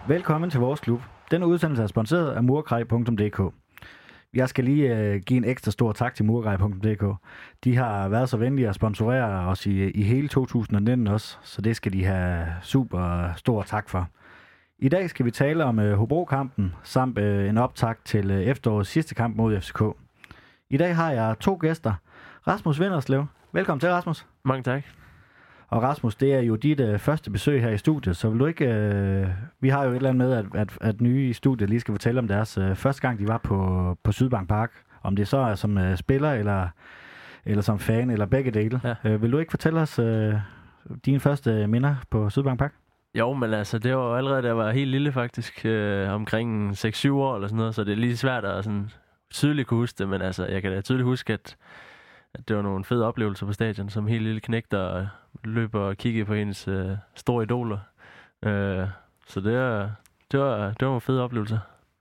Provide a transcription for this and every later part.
Velkommen til vores klub. Denne udsendelse er sponsoreret af murgrej.dk. Jeg skal lige give en ekstra stor tak til murgrej.dk. De har været så venlige at sponsorere os i hele 2019 også, så det skal de have super stor tak for. I dag skal vi tale om Hobro-kampen, samt en optakt til efterårets sidste kamp mod FCK. I dag har jeg to gæster. Rasmus Vinderslev. Velkommen til, Rasmus. Mange tak. Og Rasmus, det er jo dit første besøg her i studiet, så vil du ikke... vi har jo et eller andet med, at nye i studiet lige skal fortælle om deres første gang, de var på Sydbank Park. Om det så er som spiller, eller som fan, eller begge dele. Ja. Vil du ikke fortælle os dine første minder på Sydbank Park? Jo, men altså, det var allerede, da jeg var helt lille faktisk, omkring 6-7 år eller sådan noget, så det er lige svært at sådan tydeligt kunne huske det, men altså, jeg kan da tydeligt huske, at det var nogle fede oplevelser på stadion, som helt lille knægt, der løber og kigger på hendes store idoler. Så det var nogle fede oplevelser.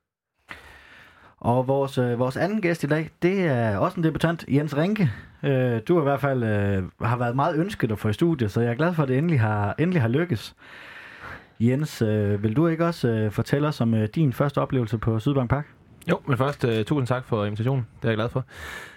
Og vores anden gæst i dag, det er også en debutant, Jens Rinke. Du i hvert fald har været meget ønsket at få i studiet, så jeg er glad for, at det endelig har lykkes. Jens, vil du ikke også fortælle os om din første oplevelse på Sydbank Park? Jo, men først tusind tak for invitationen. Det er jeg glad for.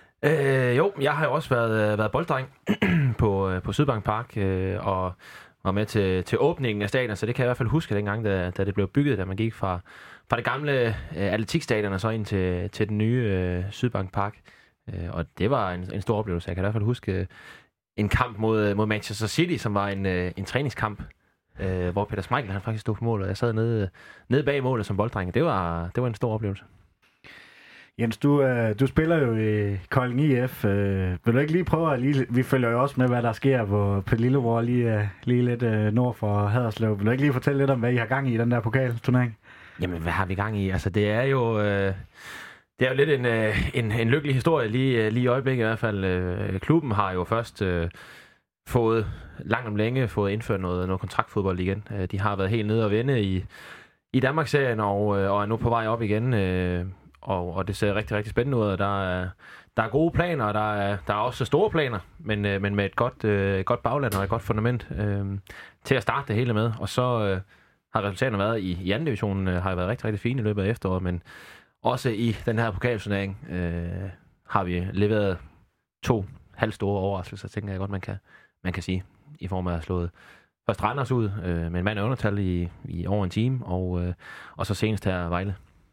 Jeg har jo også været bolddreng på Sydbank Park og var med til åbningen af stadion, så det kan jeg i hvert fald huske dengang, da det blev bygget, da man gik fra det gamle atletikstadion og så ind til den nye Sydbank Park. Og det var en stor oplevelse. Jeg kan i hvert fald huske en kamp mod Manchester City, som var en træningskamp, hvor Peter Schmeichel han faktisk stod på mål, og jeg sad nede bag målet som bolddreng. Det var en stor oplevelse. Jens, du spiller jo i Kolding IF. Vil du ikke lige prøve vi følger jo også med, hvad der sker på Lillebror, lige lidt nord for Haderslev. Vil du ikke lige fortælle lidt om, hvad I har gang i den der pokalturnering? Jamen, hvad har vi gang i? Altså, det er jo lidt en lykkelig historie lige i øjeblikket i hvert fald. Klubben har jo først fået langt om længe indført noget kontraktfodbold igen. De har været helt nede og vende i Danmarksserien og er nu på vej op igen. Og det ser rigtig, rigtig spændende ud, og der er gode planer, og der er også store planer, men med et godt bagland og et godt fundament til at starte det hele med. Og så har resultaterne været i anden divisionen, har været rigtig, rigtig fine i løbet af efteråret, men også i den her pokalturnering har vi leveret 2 halvstore overraskelser, tænker jeg godt, man kan sige, i form af at have slået først Randers ud med en mand af undertal i over en time, og så senest her Vejle.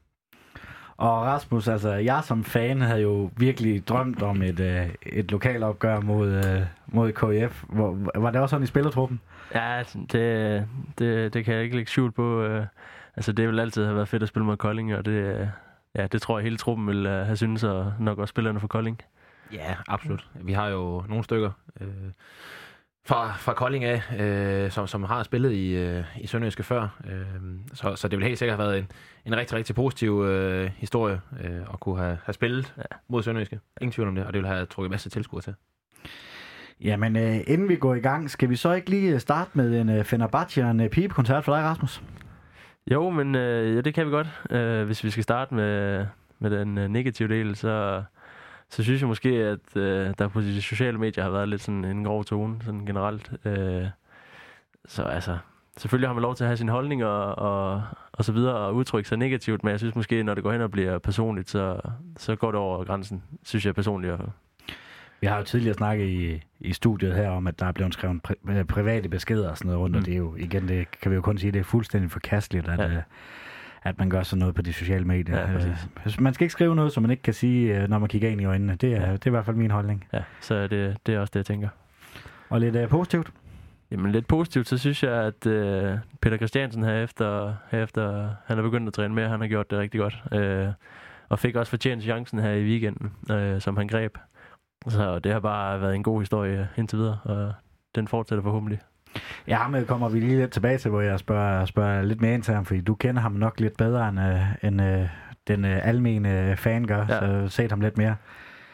Og Rasmus, altså jeg som fan havde jo virkelig drømt om et lokalopgør mod KIF. Var det også sådan i spillertruppen? Ja, det kan jeg ikke lægge skjult på. Altså det vil altid have været fedt at spille mod Kolding, og det tror jeg hele truppen vil have syntes, og nok også spillerne for Kolding. Ja, absolut. Vi har jo nogle stykker fra Kolding af, som har spillet i Sønderjyske før. Så det vil helt sikkert have været en rigtig, rigtig positiv historie at kunne have spillet mod Sønderjyske. Ingen tvivl om det, og det vil have trukket masser af tilskuere til. Jamen, inden vi går i gang, skal vi så ikke lige starte med en Fenerbahce og en pibekoncert for dig, Rasmus? Jo, men det kan vi godt. Hvis vi skal starte med den negative del, så synes jeg måske, at der på de sociale medier har været lidt sådan en grov tone, sådan generelt. Så altså, selvfølgelig har man lov til at have sin holdning og så videre, og udtrykke sig negativt, men jeg synes måske, når det går hen og bliver personligt, så går det over grænsen, synes jeg personligt i hvert fald. Vi har jo tidligere snakket i studiet her om, at der er blevet skrevet private beskeder og sådan noget rundt, og det er jo, igen, det kan vi jo kun sige, det er fuldstændig forkasteligt, at man gør sådan noget på de sociale medier. Ja, man skal ikke skrive noget, som man ikke kan sige, når man kigger ind i øjnene. Det er i hvert fald min holdning. Ja, så det er også det, jeg tænker. Og lidt positivt? Jamen lidt positivt, så synes jeg, at Peter Christiansen herefter han er begyndt at træne mere, han har gjort det rigtig godt. Og fik også fortjent chancen her i weekenden, som han greb. Så det har bare været en god historie indtil videre, og den fortsætter forhåbentlig. Ja, men kommer vi lige lidt tilbage til, hvor jeg spørger lidt mere ind til ham, fordi du kender ham nok lidt bedre, end den almene fan gør, så set ham lidt mere.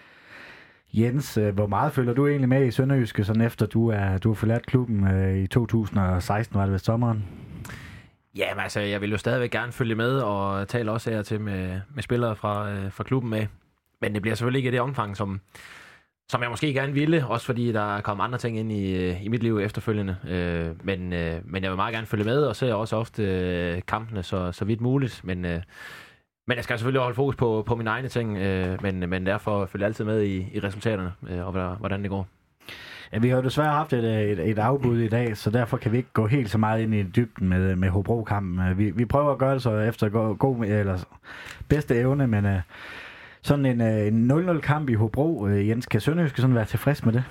Jens, hvor meget følger du egentlig med i Sønderjyske, sådan efter du har forladt klubben i 2016, var det ved sommeren? Ja, men altså, jeg vil jo stadigvæk gerne følge med, og tale også her til med spillere fra klubben med. Men det bliver selvfølgelig ikke i det omfang, som jeg måske gerne ville, også fordi der er kommet andre ting ind i mit liv efterfølgende. Men jeg vil meget gerne følge med, og ser også ofte kampene så vidt muligt. Men jeg skal selvfølgelig holde fokus på mine egne ting, men derfor følge altid med i resultaterne, og hvordan det går. Ja, vi har jo desværre haft et afbud i dag, så derfor kan vi ikke gå helt så meget ind i dybden med Hobro-kampen. Vi prøver at gøre det så efter god eller bedste evne, men sådan en 0-0-kamp i Hobro, Jens, kan Sønderjyske sådan være tilfreds med det?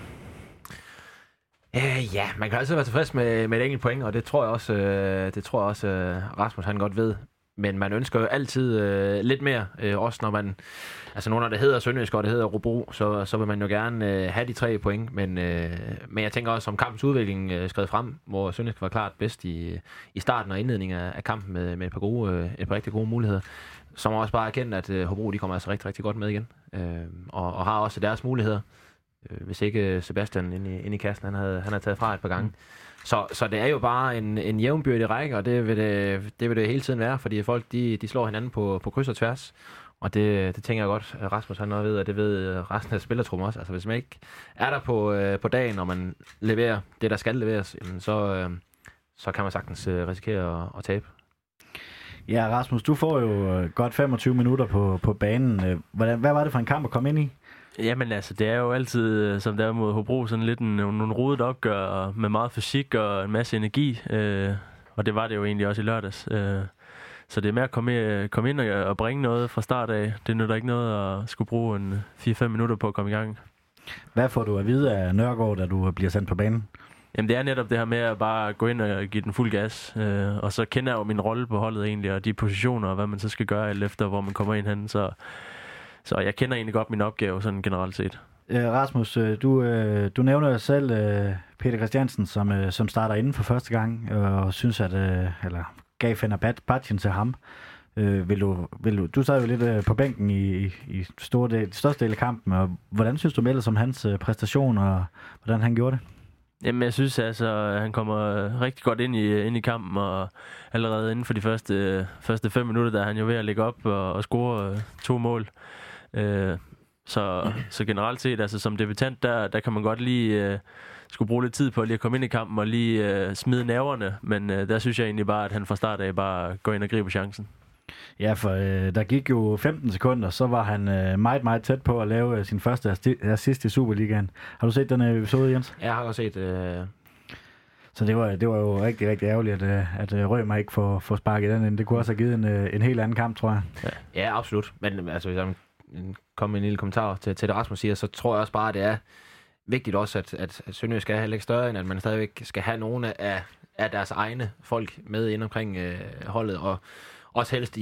Ja, man kan altid være tilfreds med et enkelt point, og det tror jeg også, Rasmus han godt ved. Men man ønsker jo altid lidt mere, også når man, altså nu når det hedder Sønderjysk og det hedder Hobro, så vil man jo gerne have de 3 point, men jeg tænker også om kampens udvikling skrevet frem, hvor Sønderjysk var klart bedst i starten og indledningen af kampen med et par rigtig gode muligheder, så må også bare erkende, at Hobro de kommer altså rigtig, rigtig godt med igen, og har også deres muligheder, hvis ikke Sebastian inde i kassen, han havde taget fra et par gange. Så det er jo bare en jævnbyrdig række, og det vil det hele tiden være, fordi folk de slår hinanden på kryds og tværs. Og det tænker jeg godt, Rasmus han også ved, og det ved resten af spillertruppen også. Altså hvis man ikke er der på dagen, når man leverer det, der skal leveres, så kan man sagtens risikere at tabe. Ja, Rasmus, du får jo godt 25 minutter på banen. Hvad var det for en kamp at komme ind i? Jamen altså, det er jo altid, som der er mod Hobro, sådan lidt nogle rodet opgør med meget fysik og en masse energi. Og det var det jo egentlig også i lørdags. Så det er med at komme ind og bringe noget fra start af. Det nytter ikke noget at skulle bruge en 4-5 minutter på at komme i gang. Hvad får du at vide af Nørgaard, da du bliver sendt på banen? Jamen det er netop det her med at bare gå ind og give den fuld gas. Og så kender jeg jo min rolle på holdet egentlig, og de positioner, og hvad man så skal gøre alt efter, hvor man kommer ind hen. Så jeg kender egentlig godt min opgave, sådan generelt set. Rasmus, du nævner selv Peter Christiansen, som starter inden for første gang, og synes, eller gav Fenerbahçe til ham. Du sad jo lidt på bænken i største del af kampen, og hvordan synes du ellers om hans præstation, og hvordan han gjorde det? Jamen, jeg synes altså, han kommer rigtig godt ind i kampen, og allerede inden for de første 5 minutter, der er han jo ved at lægge op og score 2 mål. Så generelt set, altså som debutant, der kan man godt lige skulle bruge lidt tid på lige at komme ind i kampen og lige smide nerverne, men der synes jeg egentlig bare, at han fra start af bare går ind og griber chancen. Ja, for der gik jo 15 sekunder, så var han meget, meget tæt på at lave sin første assist i Superligaen. Har du set den episode, Jens? Ja, jeg har også set. Så det var jo rigtig, rigtig ærgerligt, at Rømer ikke får sparket den ind. Det kunne også have givet en helt anden kamp, tror jeg. Ja, absolut. Men altså, hvis jeg kommer med en lille kommentar til det, Rasmus siger, så tror jeg også bare, at det er vigtigt også, at Sønderjysk skal heller ikke større, end at man stadigvæk skal have nogle af deres egne folk med ind omkring holdet, og også helst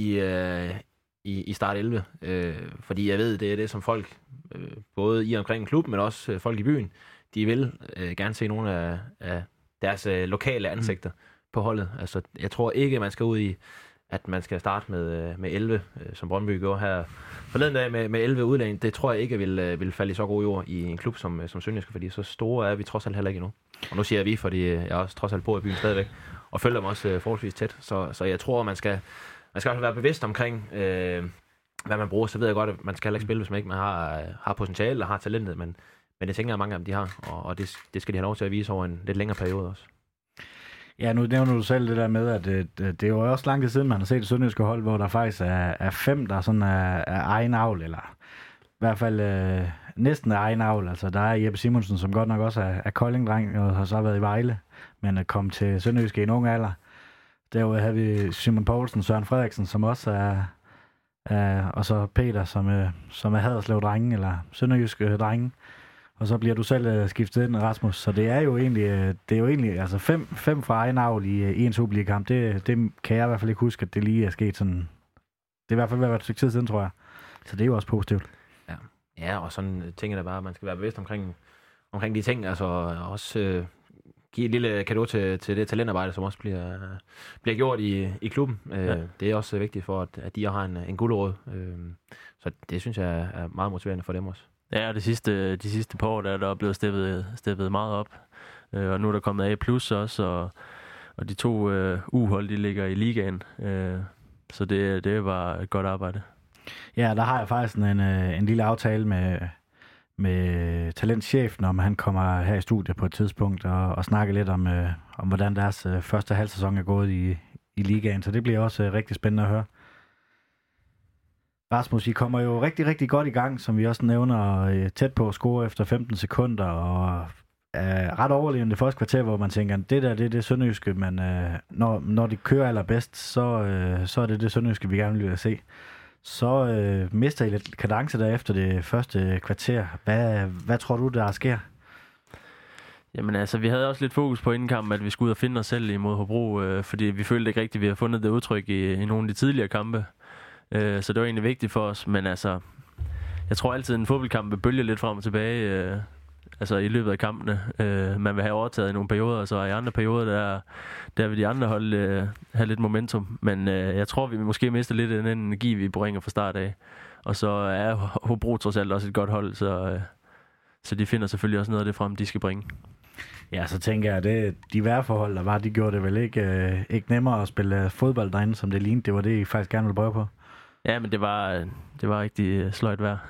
i start 11. Fordi jeg ved, det er det, som folk, både i omkring klubben, men også folk i byen, de vil gerne se nogle af deres lokale ansigter på holdet. Altså, jeg tror ikke, man skal ud i, at man skal starte med 11, som Brøndby gjorde her forleden dag med 11 udlændinge. Det tror jeg ikke vil falde i så god jord i en klub som Sønderjyske, fordi så store er vi trods alt heller ikke endnu. Og nu siger jeg vi, fordi jeg også trods alt bor i byen stadigvæk, og følger dem også forholdsvis tæt. Så jeg tror, man skal også være bevidst omkring, hvad man bruger. Så ved jeg godt, at man skal heller ikke spille, hvis man ikke har potentiale og har talentet, men det tænker jeg, mange af dem de har, og det skal de have lov til at vise over en lidt længere periode også. Ja, nu nævner du selv det der med, at det er jo også lang tid siden, man har set et sønderjyske hold, hvor der faktisk er 5, der sådan er egen avl, eller i hvert fald næsten er egen avl. Altså, der er Jeppe Simonsen, som godt nok også er Kolding-dreng, og har så været i Vejle, men er kommet til Sønderjyske i en ung alder. Derudover har vi Simon Poulsen, Søren Frederiksen, som også er og så Peter, som er Haderslev-drengen, eller Sønderjyske drengen. Og så bliver du selv skiftet ind, Rasmus. Så det er jo egentlig altså 5 fra egen avl i en Superliga-kamp. Det kan jeg i hvert fald ikke huske, at det lige er sket sådan. Det er i hvert fald været et stykke tid siden, tror jeg. Så det er jo også positivt. Ja, og sådan tænker jeg bare, at man skal være bevidst omkring de ting. Altså også give et lille cadeau til det talentarbejde, som også bliver gjort i klubben. Ja. Det er også vigtigt for, at de har en gulerod. Så det synes jeg er meget motiverende for dem også. Ja, de sidste par år, der er blevet steppet meget op. Og nu er der kommet A+ også, og de 2 U-hold, de ligger i ligaen. Så det var et godt arbejde. Ja, der har jeg faktisk en lille aftale med talentchefen, om han kommer her i studiet på et tidspunkt og snakke lidt om hvordan deres første halvsæson er gået i ligaen. Så det bliver også rigtig spændende at høre. Rasmus, I kommer jo rigtig, rigtig godt i gang, som vi også nævner, tæt på at score efter 15 sekunder, og er ret overlevende det første kvarter, hvor man tænker, det der, det er det sønderjyske, men når de kører allerbedst, så er det sønderjyske, vi gerne vil se. Så mister I lidt kadence der efter det første kvarter. Hvad tror du, der sker? Jamen altså, vi havde også lidt fokus på inden kampen, at vi skulle ud og finde os selv imod Hobro, fordi vi følte ikke rigtigt, at vi havde fundet det udtryk i nogle af de tidligere kampe. Så det var egentlig vigtigt for os, men altså, jeg tror altid, at en fodboldkamp vil bølge lidt frem og tilbage, altså i løbet af kampene. Man vil have overtaget i nogle perioder, og så i andre perioder, der vil de andre hold have lidt momentum. Men jeg tror, vi måske mister lidt af den energi, vi bringer fra start af. Og så er Hobro trods alt også et godt hold, så de finder selvfølgelig også noget af det frem, de skal bringe. Ja, så tænker jeg, at de vejrforhold, der var, de gjorde det vel ikke nemmere at spille fodbold derinde, som det lignede. Det var det, I faktisk gerne ville prøve på. Ja, men det var rigtig sløjt vejr.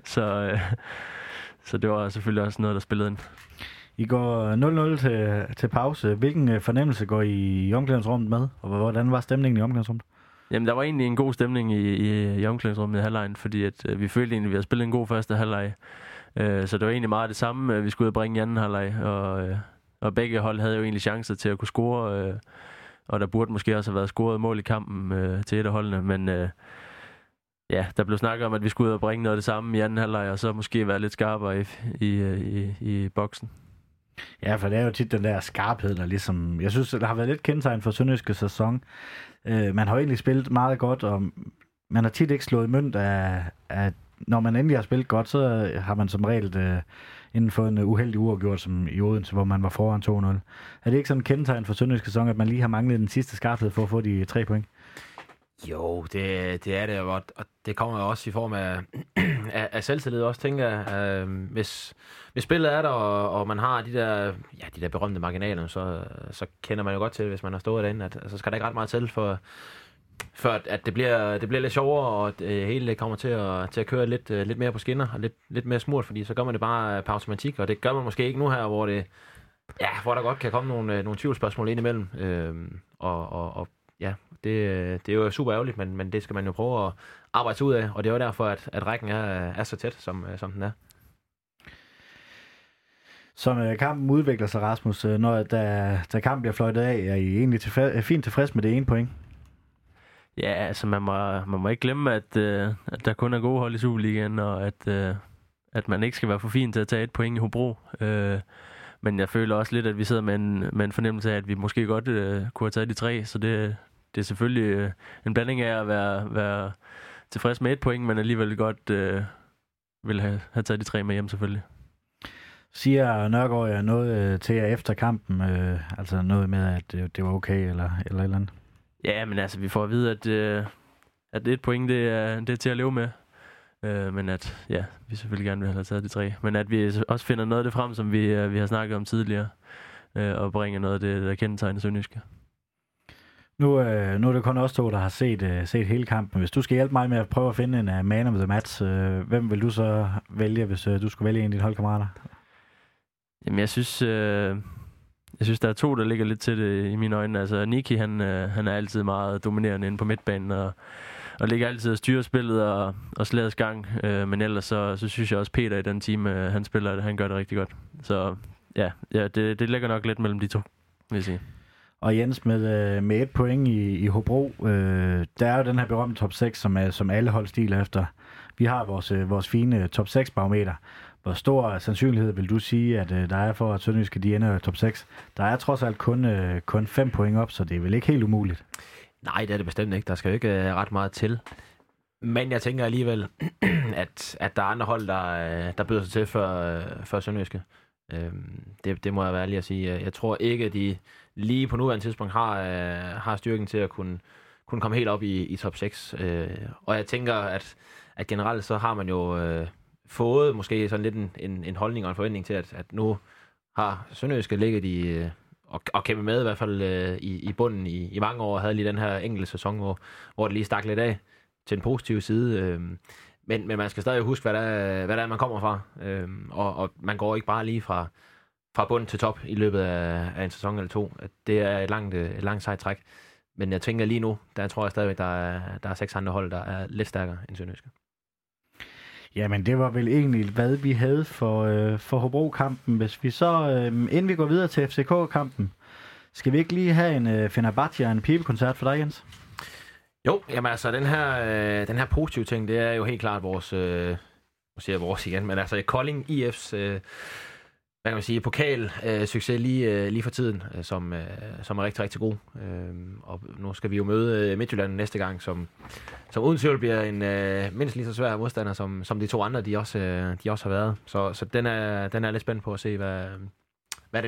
Så det var selvfølgelig også noget, der spillede ind. I går 0-0 til pause. Hvilken fornemmelse går I omklædningsrummet med? Og hvordan var stemningen i omklædningsrummet? Jamen, der var egentlig en god stemning i omklædningsrummet i halvlejen, fordi at, vi følte egentlig, at vi havde spillet en god første halvleg. Så det var egentlig meget det samme, vi skulle ud og bringe i anden halvleg. Og begge hold havde jo egentlig chancer til at kunne score. Og der burde måske også have været scoret mål i kampen til et af holdene. Men ja, der blev snakket om, at vi skulle ud og bringe noget af det samme i anden halvleg, og så måske være lidt skarpere i boksen. Ja, for det er jo tit den der skarphed, der ligesom... Jeg synes, der har været lidt kendetegn for sønderjyske sæson. Man har jo egentlig spillet meget godt, og man har tit ikke slået mønt af når man endelig har spillet godt, så har man som regel inden for en uheldig uafgjort, som i Odense, hvor man var foran 2-0. Er det ikke sådan en kendetegn for sønderjyske sæson, at man lige har manglet den sidste skarphed for at få de 3 point? Jo, det er det jo, og det kommer jo også i form af selvtillid også, tænker jeg. Hvis spillet er der, og man har de der berømte marginaler, så kender man jo godt til, hvis man har stået derinde, at så skal der ikke ret meget til for at det bliver lidt sjovere, og det hele kommer til at køre lidt mere på skinner, og lidt mere smurt, fordi så gør man det bare på automatik, og det gør man måske ikke nu her, hvor der godt kan komme nogle tvivlsspørgsmål ind imellem. Og ja, det er jo super ærgerligt, men det skal man jo prøve at arbejde sig ud af, og det er jo derfor, at rækken er så tæt, som den er. Som kampen udvikler sig, Rasmus, da kampen bliver fløjtet af, er I egentlig fint tilfreds med det ene point? Ja, altså man må ikke glemme, at der kun er gode hold i Superligaen, og at man ikke skal være for fin til at tage et point i Hobro. Men jeg føler også lidt, at vi sidder med en fornemmelse af, at vi måske godt kunne have taget de 3, så det er selvfølgelig en blanding af at være tilfreds med et point, men alligevel godt vil have taget de 3 med hjem selvfølgelig. Siger Nørgaard noget til jer efter kampen? Altså noget med, at det var okay, eller andet? Ja, men altså, vi får at vide, at et point, det er til at leve med. Men at, ja, vi selvfølgelig gerne vil have taget de 3. Men at vi også finder noget af det frem, som vi har snakket om tidligere, og bringer noget af det, der kendetegner sønderjyske. Nu er det kun os to, der har set hele kampen. Hvis du skal hjælpe mig med at prøve at finde en man of the match, hvem vil du så vælge, hvis du skulle vælge en af dine holdkammerater? Jamen, jeg synes, der er 2, der ligger lidt til det i mine øjne. Altså, Niki, han er altid meget dominerende inde på midtbanen, og ligger altid og styrer spillet og slagets gang. Men ellers så synes jeg også, Peter i den team, han spiller, han gør det rigtig godt. Så ja, det ligger nok lidt mellem de 2, vil jeg sige. Og Jens, med 1 point i Hobro, der er jo den her berømte top 6, som alle hold stiler efter. Vi har vores fine top 6-barometer. Hvor stor sandsynlighed vil du sige, at der er for, at sønderjyske de ender top 6? Der er trods alt kun 5 point op, så det er vel ikke helt umuligt? Nej, det er det bestemt ikke. Der skal jo ikke ret meget til. Men jeg tænker alligevel, at der er andre hold, der byder sig til for sønderjyske. Det må jeg være ærlig at sige. Jeg tror ikke, at de lige på nuværende tidspunkt har styrken til at kunne komme helt op i top 6. Og jeg tænker, at generelt så har man jo fået måske sådan lidt en holdning og en forventning til, at nu har sønderjyske ligget og kæmpe med i hvert fald i bunden i mange år, havde lige den her enkelte sæson, hvor det lige stak lidt af til en positiv side. Men man skal stadig huske, hvad der er, man kommer fra. Og man går ikke bare lige fra bund til top i løbet af en sæson eller to. Det er et langt sejt træk. Men jeg tænker lige nu, der tror jeg stadigvæk, der er 6 andre hold, der er lidt stærkere end Sønderjyske. Jamen, det var vel egentlig, hvad vi havde for Hobro-kampen. Hvis vi så, inden vi går videre til FCK-kampen, skal vi ikke lige have en Fenerbahce og en pibekoncert for dig, Jens? Jo, jamen altså, den her positive ting, det er jo helt klart vores, nu siger jeg vores igen, men altså Kolding IF's, hvad kan man sige, pokal-succes lige for tiden, som er rigtig, rigtig god. Og nu skal vi jo møde Midtjylland næste gang, som uden tvivl bliver en mindst lige så svær modstander, som de 2 andre, de også har været. Så den er lidt spændt på at se, hvad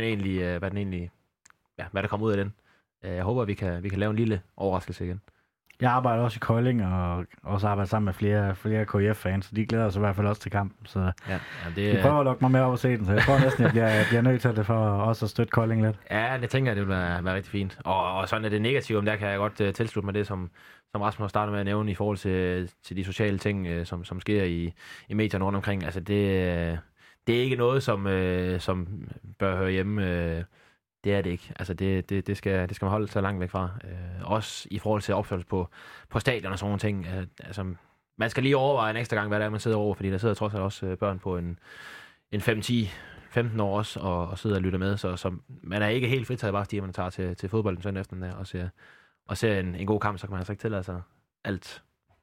der kommer ud af den. Jeg håber, vi kan lave en lille overraskelse igen. Jeg arbejder også i Kolding, og også arbejder sammen med flere KIF-fans, så de glæder sig i hvert fald også til kampen. Så de prøver at lukke mig med op og se den, så jeg tror næsten, jeg bliver nødt til det for også at støtte Kolding lidt. Ja, det tænker jeg, det vil være rigtig fint. Og sådan er det negative, om der kan jeg godt tilslutte mig det, som Rasmus har startet med at nævne i forhold til de sociale ting, som sker i medierne rundt omkring. Altså det er ikke noget, som bør høre hjemme. Det er det ikke. Altså det skal man holde så langt væk fra. Også i forhold til opførsel på stadion og sådan nogle ting. Altså, man skal lige overveje en ekstra gang, hvad det er, man sidder over, fordi der sidder trods alt også børn på en 5-10-15 år også, og sidder og lytter med. Så man er ikke helt fritaget bare, fordi man tager til fodbold den søndag eftermiddag og ser en god kamp, så kan man altså ikke tillade sig alt.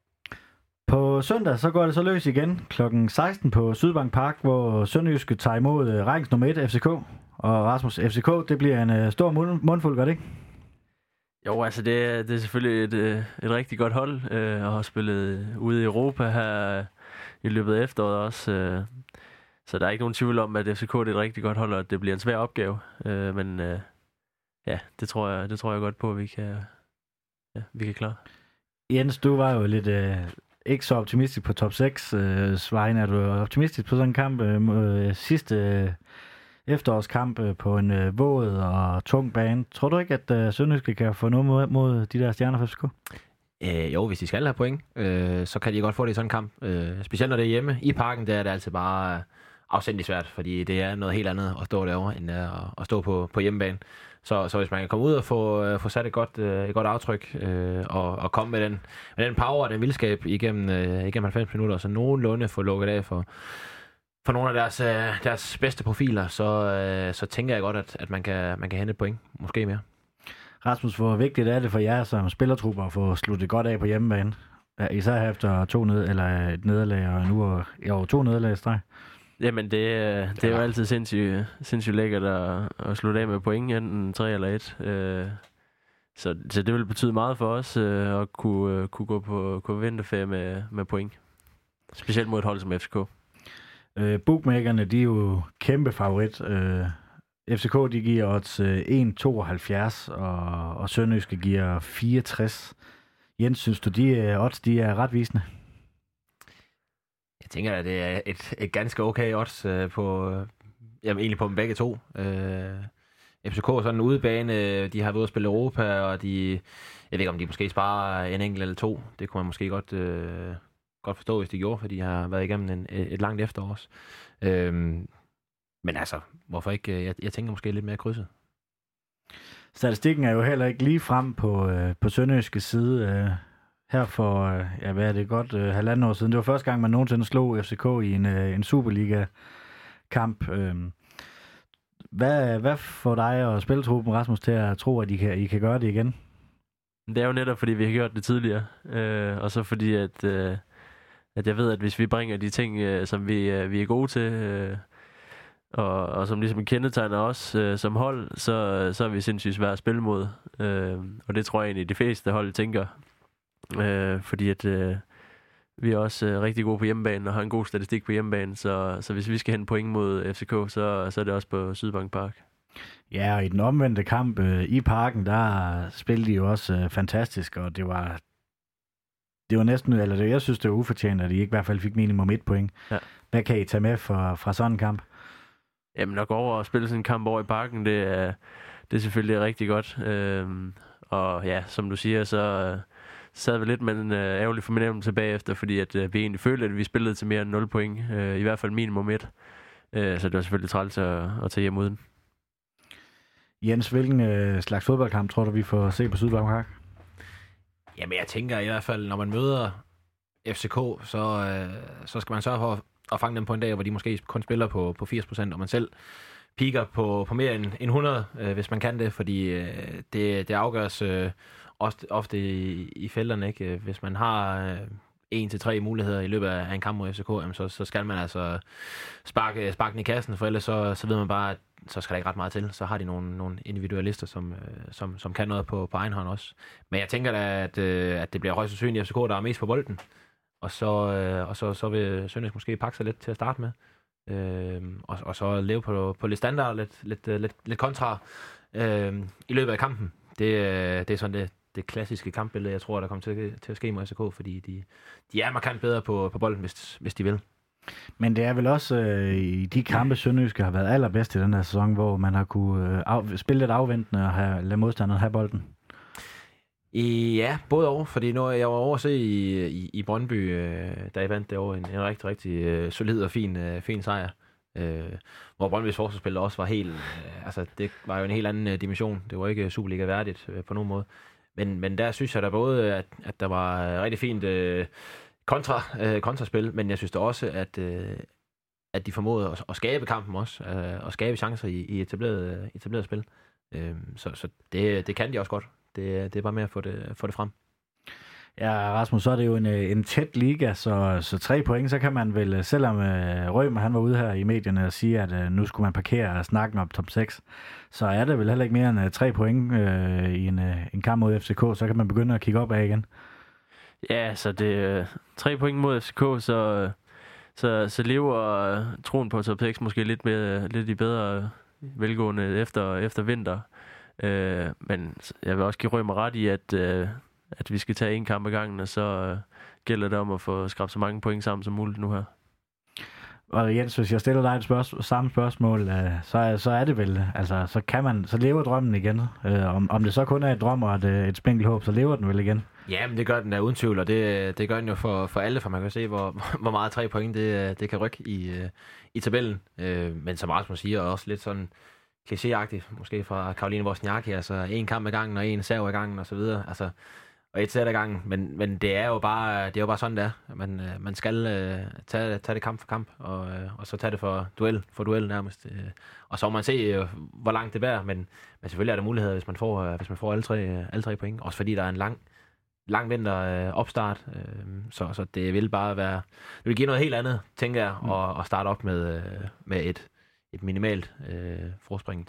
På søndag så går det så løs igen kl. 16 på Sydbank Park, hvor Sønderjyske tager imod rækkens nummer 1 FCK. Og Rasmus, FCK, det bliver en stor mundfuld, gør det ikke? Jo, altså det er selvfølgelig et rigtig godt hold, og har spillet ude i Europa her i løbet af efteråret også. Så der er ikke nogen tvivl om, at FCK er et rigtig godt hold, og at det bliver en svær opgave. Men det tror jeg godt på, at vi kan klare. Jens, du var jo lidt ikke så optimistisk på top 6 vejen. Er du optimistisk på sådan en kamp sidste efterårskamp på en våd og tung bane? Tror du ikke, at Sønderjyske kan få noget mod de der stjerner for FCK? Jo, hvis de skal have point, så kan de godt få det i sådan en kamp. Specielt når det er hjemme. I parken, der er det altså bare afsindigt svært, fordi det er noget helt andet at stå derovre, end at stå på hjemmebane. Så hvis man kan komme ud og få sat et godt aftryk, og komme med den power og den vildskab igennem 90 minutter, så nogenlunde få lukket af for nogle af deres bedste profiler, så tænker jeg godt, at man kan hente et point, måske mere. Rasmus, hvor vigtigt er det for jer som spillertrupper at få sluttet godt af på hjemmebane? Især efter et nederlag og nu og 2 nederlag i streg. Jamen, det er jo altid sindssygt lækkert at slutte af med point, enten 3 eller 1. Så det vil betyde meget for os at kunne gå på vinterferie med point. Specielt mod et hold som FCK. Bookmakerne, de er jo kæmpe favorit. FCK, de giver odds 1,72, og Sønderjyske giver 64. Jens, synes du, de odds, de er retvisende? Jeg tænker, at det er et ganske okay odds egentlig på dem begge to. FCK er sådan en udebane, de har været ude at spille Europa, og jeg ved ikke, om de måske sparer en enkelt eller 2. Det kunne man måske godt forstå, hvis de gjorde, fordi de har været igennem et langt efterår også. Men altså, hvorfor ikke? Jeg tænker måske lidt mere krydset. Statistikken er jo heller ikke lige frem på Sønderjyske side. Her for, hvad er det, godt 1,5 år siden. Det var første gang, man nogensinde slog FCK i en Superliga-kamp. Hvad får dig og spilletruppen, Rasmus, til at tro, at I kan gøre det igen? Det er jo netop, fordi vi har gjort det tidligere. Og så fordi, at jeg ved, at hvis vi bringer de ting, som vi er gode til, og som ligesom kendetegner os som hold, så er vi sindssygt svært at spille mod. Og det tror jeg egentlig, de fleste hold tænker. Fordi at vi er også rigtig gode på hjemmebane og har en god statistik på hjemmebane, så hvis vi skal hente point mod FCK, så er det også på Sydbank Park. Ja, og i den omvendte kamp i parken, der spillede de jo også fantastisk, og det var næsten, jeg synes, det var ufortjent, at de ikke i hvert fald fik minimum 1 point. Ja. Hvad kan I tage med fra sådan en kamp? Jamen, at gå over og spille sådan en kamp over i parken, det er selvfølgelig rigtig godt. Og ja, som du siger, så sad vi lidt med en ærgerlig fornemmelse bagefter, fordi at vi egentlig følte, at vi spillede til mere end 0 point. I hvert fald minimum 1. Så det var selvfølgelig træls at tage hjem uden. Jens, hvilken slags fodboldkamp tror du, vi får se på Sydbank Park? Jamen, jeg tænker i hvert fald, når man møder FCK, så skal man sørge for at fange dem på en dag, hvor de måske kun spiller på 80%, og man selv piker på mere end 100, hvis man kan det, fordi det afgøres ofte i felterne, ikke? Hvis man har 1-3 muligheder i løbet af en kamp mod FCK, så skal man altså sparke den i kassen, for ellers så ved man bare, at så skal der ikke ret meget til. Så har de nogle individualister, som kan noget på egen hånd også. Men jeg tænker da, at det bliver højst sandsynligt FCK, der er mest på bolden. Og så vil Sønderjysk måske pakke sig lidt til at starte med. Og så leve på lidt standard, lidt kontra i løbet af kampen. Det er sådan det klassiske kampbillede, jeg tror, der kommer til at ske mod FCK, fordi de er markant bedre på bolden, hvis de vil. Men det er vel også i de kampe, Sønderjyske har været allerbedst i den her sæson, hvor man har kunne spille lidt afventende og lade modstanderen have bolden. Ja, både over, fordi når jeg var over at se i Brøndby, da jeg vandt derovre en rigtig, rigtig solid og fin sejr, hvor Brøndbys forsvarsspil også var helt, altså det var jo en helt anden dimension. Det var ikke Superliga værdigt på nogen måde. Men der synes jeg da både, at der var rigtig fint kontraspil, men jeg synes da også, at de formåede at skabe kampen også, og skabe chancer i etableret spil. Så det kan de også godt. Det er bare med at få det frem. Ja, Rasmus, så er det jo en tæt liga, så 3 point, så kan man vel, selvom Rømer han var ude her i medierne og sige, at nu skulle man parkere snakken om top 6, så er det vel heller ikke mere end 3 point i en kamp mod FCK, så kan man begynde at kigge op af igen. Ja, så det er 3 point mod FCK, så lever troen på top 6 måske lidt i bedre velgående efter vinter. Men jeg vil også give Rømer ret i, at vi skal tage en kamp ad gangen, og så gælder det om at få skrabt så mange point sammen som muligt nu her. Og Jens, hvis jeg stiller dig samme spørgsmål, så er det vel, altså så lever drømmen igen. Om det så kun er et drøm og et spinkelt håb, så lever den vel igen. Ja, men det gør den da uden tvivl, og det gør den jo for alle, for man kan se, hvor meget 3 point det kan rykke i tabellen. Men som Rasmus siger, også lidt sådan klichéagtigt, måske fra Karoline Wozniacki, altså en kamp ad gangen og en serv ad gangen og så videre, altså, og et sæt ad gangen, men det er jo bare sådan, det er. Man skal tage det kamp for kamp, og så tage det for duel nærmest. Og så må man se, hvor langt det bærer, men selvfølgelig er der muligheder, hvis man får alle tre point, også fordi der er en lang vinter opstart, så det vil bare være, det vil give noget helt andet, tænker jeg, og starte op med et minimalt forspring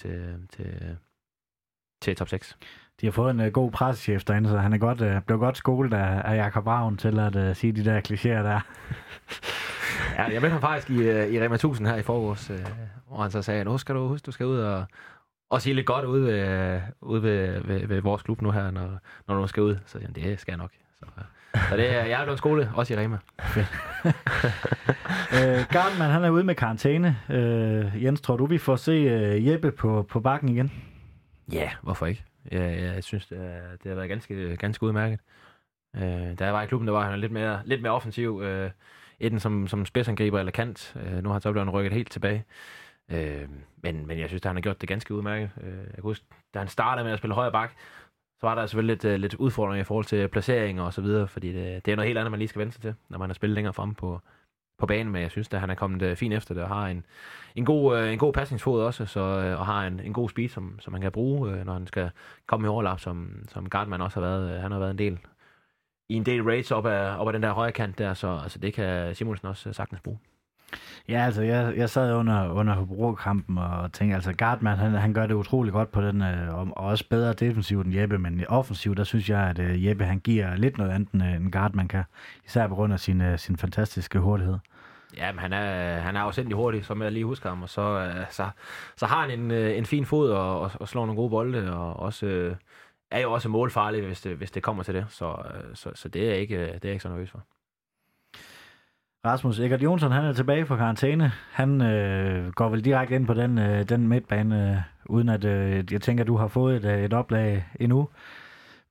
til top 6. De har fået en god pressechef derinde, så han er blev godt skolet af Jakob Ravn til at sige de der klichéer der. Ja, jeg mødte ham faktisk i Rema 1000 her i forgårs, hvor han så sagde, nu skal du huske, du skal ud og sige lidt godt ude ved vores klub nu her, når du skal ud. Så jamen, det skal jeg nok. Så det er jeg blevet skole, også i Rema. Gartman, han er ude med karantæne. Jens, tror du, vi får se Jeppe på bakken igen? Ja, hvorfor ikke? Jeg synes, det har været ganske udmærket. Da jeg var i klubben, der var han lidt mere offensiv. Enten som spidsangriber eller kant. Nu har han så blevet rykket helt tilbage. Men jeg synes, at han har gjort det ganske udmærket. Jeg kan huske, da han startede med at spille højre bak, så var der selvfølgelig lidt udfordringer i forhold til placeringer og så videre, fordi det er noget helt andet, man lige skal vende sig til, når man har spillet længere frem på banen, men jeg synes, at han er kommet fint efter det, og har en god pasningsfod også, og har en god speed, som han kan bruge, når han skal komme i overlap, som Gartman også har været. Han har været en del raids op ad den der højre kant der, så altså, det kan Simonsen også sagtens bruge. Ja, altså jeg sad under Hobro-kampen og tænkte, altså Gartman, han gør det utrolig godt på den, og også bedre defensivt end Jeppe, men offensivt, der synes jeg, at Jeppe han giver lidt noget andet end Gartman kan, især på grund af sin fantastiske hurtighed. Ja, men han er afsindelig hurtig, som jeg lige husker ham, og så har han en fin fod og slår nogle gode bolde, og også er jo også målfarlig, hvis det kommer til det, så det er ikke så nervøs for. Rasmus Eggert Jonsson, han er tilbage fra karantæne. Han går vel direkte ind på den midtbane, uden at jeg tænker, at du har fået et oplag endnu.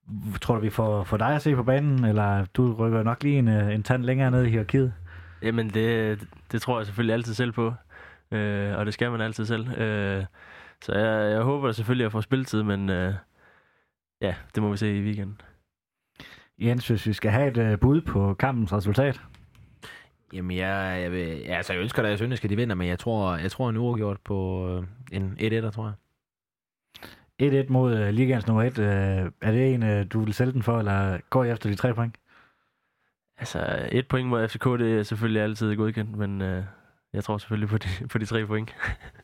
tror du, vi får dig at se på banen, eller du rykker nok lige en tand længere ned i hierarkiet? Jamen, det tror jeg selvfølgelig altid selv på. Og det skal man altid selv. Så jeg håber selvfølgelig, at jeg får spilletid, men ja, det må vi se i weekenden. Jens, hvis vi skal have et bud på kampens resultat? Jamen, jeg ønsker da, at Sønderjyske de vinder, men jeg tror en uafgjort på en 1-1, tror jeg. 1-1 mod ligaens nummer 1. Er det en, du vil sælge den for, eller går I efter de 3 point? Altså, 1 point mod FCK, det er selvfølgelig altid godkendt, men jeg tror selvfølgelig på de 3 point.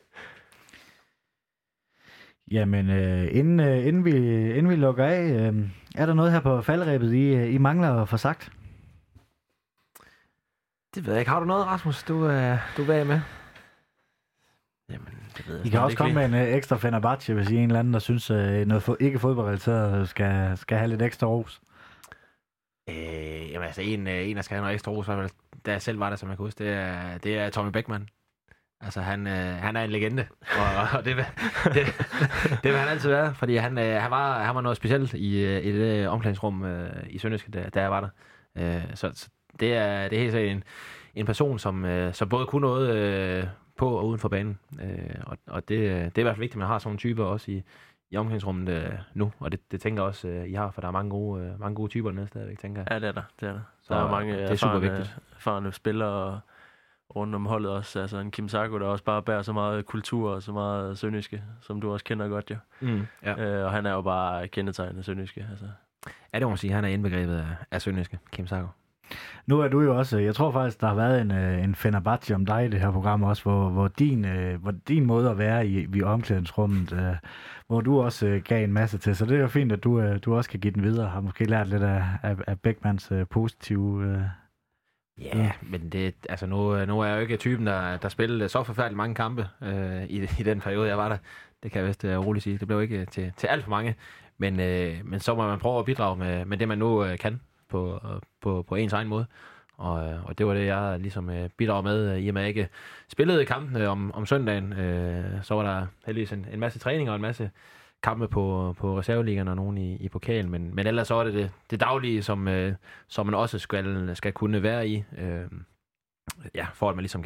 Jamen, inden vi lukker af, er der noget her på falderæbet, I mangler at få sagt? Det ved jeg ikke. Har du noget, Rasmus, du er med? Jamen, det ved jeg. I kan også komme med en ekstra Fenerbahce, hvis I er en eller anden, der synes, noget ikke fodboldrelateret skal have lidt ekstra ros. Jamen altså, en der skal have noget ekstra ros, da jeg selv var der, som jeg kan huske, det er Tommy Beckmann. Altså, han er en legende, og det vil han altid være, fordi han var noget specielt i det omklædningsrum i Sønderjyske, da jeg var der. Så det er helt sikkert en person, som både kunne noget på og uden for banen. Og det er i hvert fald vigtigt, at man har sådan nogle typer også i omklædningsrummet nu, og det tænker jeg også, I har, for der er mange gode typer dernede stadigvæk, tænker jeg. Ja, det er der. Så der er mange det er super vigtigt. erfarne spillere rundt om holdet også. Altså en Kim Sarko, der også bare bærer så meget kultur og så meget sønderjyske, som du også kender godt, jo. Ja. Og han er jo bare kendetegnet sønderjyske. Altså. Ja, det må man sige. Han er indbegrebet af sønderjyske, Kim Sarko. Nu er du jo også, jeg tror faktisk, der har været en Fenerbahce om dig i det her program også, hvor din måde at være i omklædningsrummet, hvor du også gav en masse til. Så det er jo fint, at du også kan give den videre. Har måske lært lidt af Beckmans positive... Ja, men det, altså nu er jeg jo ikke typen, der spillede så forfærdeligt mange kampe i den periode, jeg var der. Det kan jeg vist roligt sige. Det blev ikke til alt for mange. Men så må man prøve at bidrage med det, man nu kan på ens egen måde. Og det var det, jeg ligesom bidrager med, i og med at jeg ikke spillede kampene om søndagen. Så var der heldigvis en masse træninger og en masse kampe på reserveligaen og nogen i pokalen, men ellers så er det daglige, som man også skal kunne være i, for at man ligesom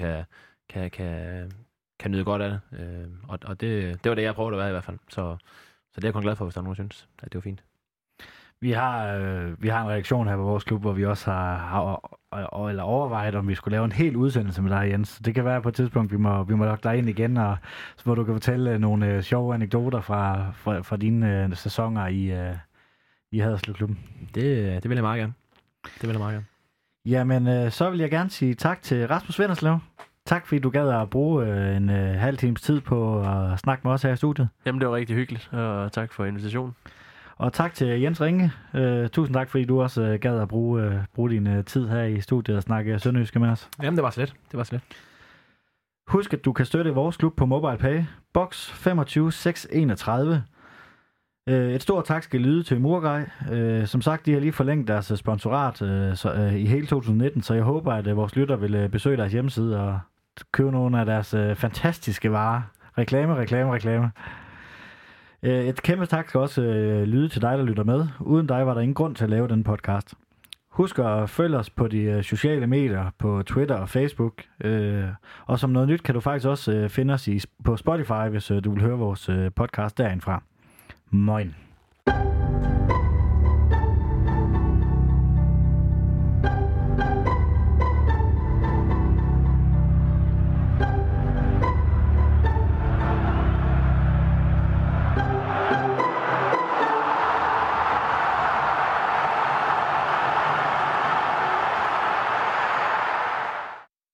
kan nyde godt af det. Og det var det, jeg prøvede at være i hvert fald. Så det er jeg kun glad for, hvis der er nogen, der synes, at det var fint. Vi har en reaktion her på vores klub, hvor vi også har overvejet, om vi skulle lave en hel udsendelse med dig, Jens. Det kan være på et tidspunkt, vi må lukke dig ind igen, og så hvor du kan fortælle nogle sjove anekdoter fra dine sæsoner i Haderslev-klubben. Det vil jeg meget gerne. Jamen, så vil jeg gerne sige tak til Rasmus Venderslev. Tak fordi du gad at bruge en halv times tid på at snakke med os her i studiet. Jamen, det var rigtig hyggeligt, og tak for invitationen. Og tak til Jens Ringe. Tusind tak, fordi du også gad at bruge din tid her i studiet og snakke sønderjyske med os. Jamen, det var så let. Husk, at du kan støtte vores klub på MobilePay. Box 25631. Et stort tak skal lyde til Murgrej. Som sagt, de har lige forlænget deres sponsorat i hele 2019, så jeg håber, at vores lytter vil besøge deres hjemmeside og købe nogle af deres fantastiske varer. Reklame. Et kæmpe tak skal også lyde til dig, der lytter med. Uden dig var der ingen grund til at lave den podcast. Husk at følge os på de sociale medier, på Twitter og Facebook. Og som noget nyt kan du faktisk også finde os på Spotify, hvis du vil høre vores podcast derindfra. Moin.